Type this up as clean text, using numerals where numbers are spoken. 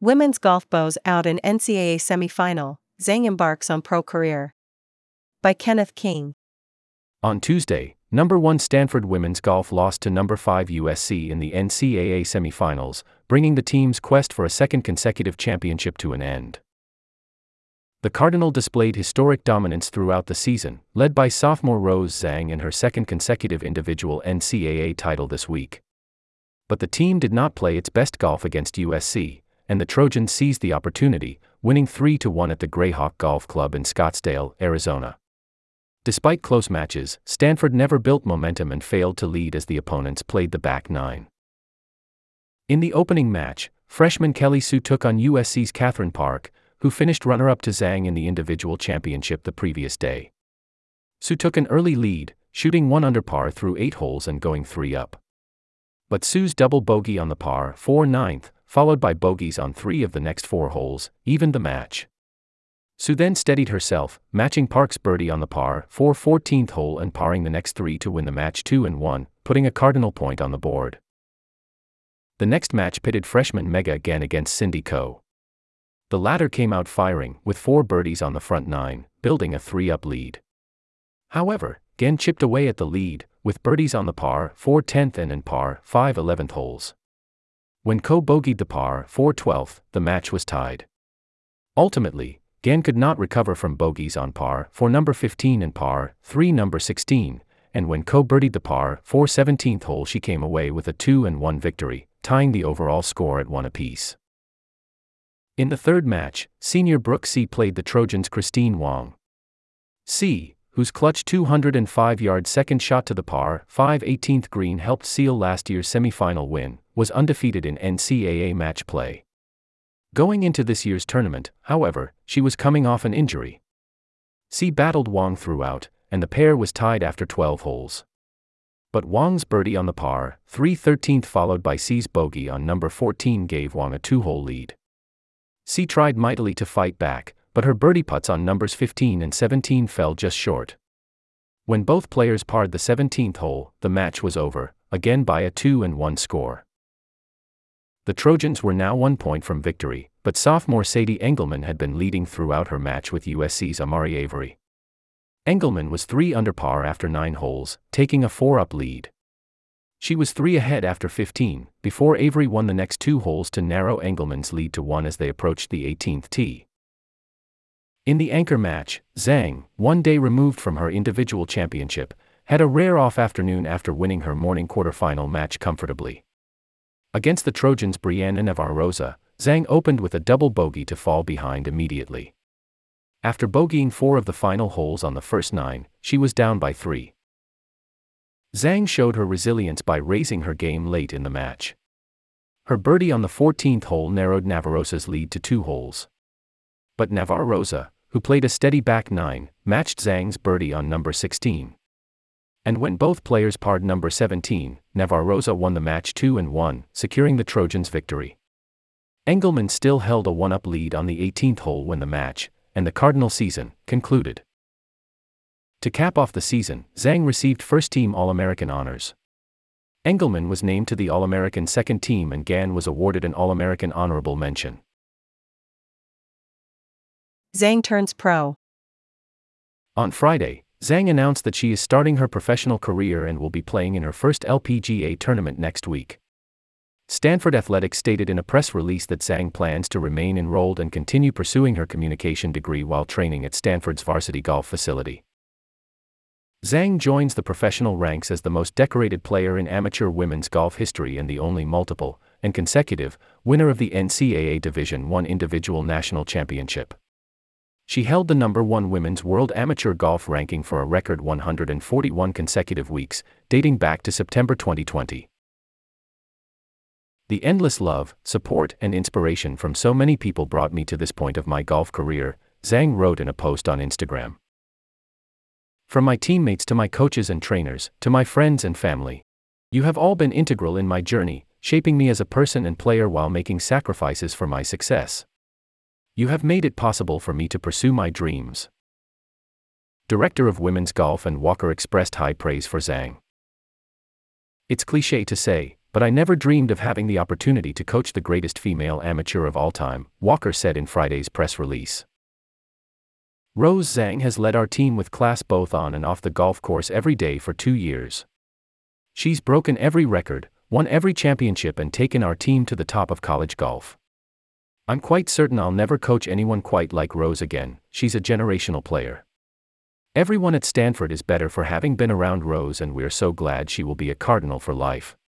Women's golf bows out in NCAA semifinal, Zhang embarks on pro career. By Kenneth King. On Tuesday, number 1 Stanford women's golf lost to number 5 USC in the NCAA semifinals, bringing the team's quest for a second consecutive championship to an end. The Cardinal displayed historic dominance throughout the season, led by sophomore Rose Zhang in her second consecutive individual NCAA title this week. But the team did not play its best golf against USC, and the Trojans seized the opportunity, winning 3-1 at the Grayhawk Golf Club in Scottsdale, Arizona. Despite close matches, Stanford never built momentum and failed to lead as the opponents played the back nine. In the opening match, freshman Kelly Sue took on USC's Catherine Park, who finished runner-up to Zhang in the individual championship the previous day. Sue took an early lead, shooting 1 under par through 8 holes and going 3 up. But Sue's double bogey on the par 4 ninth, followed by bogeys on 3 of the next 4 holes, evened the match. Sue then steadied herself, matching Park's birdie on the par 4 14th hole and parring the next 3 to win the match 2-1, putting a Cardinal point on the board. The next match pitted freshman Mega Gan against Cindy Ko. The latter came out firing, with 4 birdies on the front 9, building a 3-up lead. However, Gan chipped away at the lead, with birdies on the par 4 10th and par 5 11th holes. When Ko bogeyed the par 4 12th, the match was tied. Ultimately, Gan could not recover from bogeys on par 4 number 15 and par 3 number 16, and when Ko birdied the par 4 17th hole, she came away with a 2-1 victory, tying the overall score at 1 apiece. In the third match, senior Brooke C played the Trojans' Christine Wong. C, whose clutch 205-yard second shot to the par 5 18th green helped seal last year's semifinal win, was undefeated in NCAA match play. Going into this year's tournament, however, she was coming off an injury. C battled Wong throughout, and the pair was tied after 12 holes. But Wong's birdie on the par 3 13th followed by C's bogey on number 14 gave Wong a 2-hole lead. C tried mightily to fight back, but her birdie putts on numbers 15 and 17 fell just short. When both players parred the 17th hole, the match was over, again by a 2-1 score. The Trojans were now 1 point from victory, but sophomore Sadie Engelman had been leading throughout her match with USC's Amari Avery. Engelman was 3 under par after 9 holes, taking a 4-up lead. She was 3 ahead after 15, before Avery won the next 2 holes to narrow Engelman's lead to 1 as they approached the 18th tee. In the anchor match, Zhang, 1 day removed from her individual championship, had a rare off afternoon after winning her morning quarterfinal match comfortably. Against the Trojans' Brianna Navarroza, Zhang opened with a double bogey to fall behind immediately. After bogeying 4 of the final holes on the first 9, she was down by 3. Zhang showed her resilience by raising her game late in the match. Her birdie on the 14th hole narrowed Navarroza's lead to 2 holes. But Navarroza, who played a steady back 9, matched Zhang's birdie on number 16. And when both players parred number 17, Navarroza won the match 2-1, securing the Trojans' victory. Engelman still held a 1-up lead on the 18th hole when the match, and the Cardinal season, concluded. To cap off the season, Zhang received first-team All-American honors. Engelman was named to the All-American second team and Gan was awarded an All-American honorable mention. Zhang turns pro. On Friday, Zhang announced that she is starting her professional career and will be playing in her first LPGA tournament next week. Stanford Athletics stated in a press release that Zhang plans to remain enrolled and continue pursuing her communication degree while training at Stanford's varsity golf facility. Zhang joins the professional ranks as the most decorated player in amateur women's golf history and the only multiple, and consecutive, winner of the NCAA Division I Individual National Championship. She held the number 1 women's world amateur golf ranking for a record 141 consecutive weeks, dating back to September 2020. The endless love, support, and inspiration from so many people brought me to this point of my golf career, Zhang wrote in a post on Instagram. From my teammates to my coaches and trainers, to my friends and family, you have all been integral in my journey, shaping me as a person and player while making sacrifices for my success. You have made it possible for me to pursue my dreams. Director of Women's Golf and Walker expressed high praise for Zhang. It's cliché to say, But I never dreamed of having the opportunity to coach the greatest female amateur of all time, Walker said in Friday's press release. Rose Zhang has led our team with class both on and off the golf course every day for 2 years. She's broken every record, won every championship and taken our team to the top of college golf. I'm quite certain I'll never coach anyone quite like Rose again. She's a generational player. Everyone at Stanford is better for having been around Rose, and we're so glad she will be a Cardinal for life.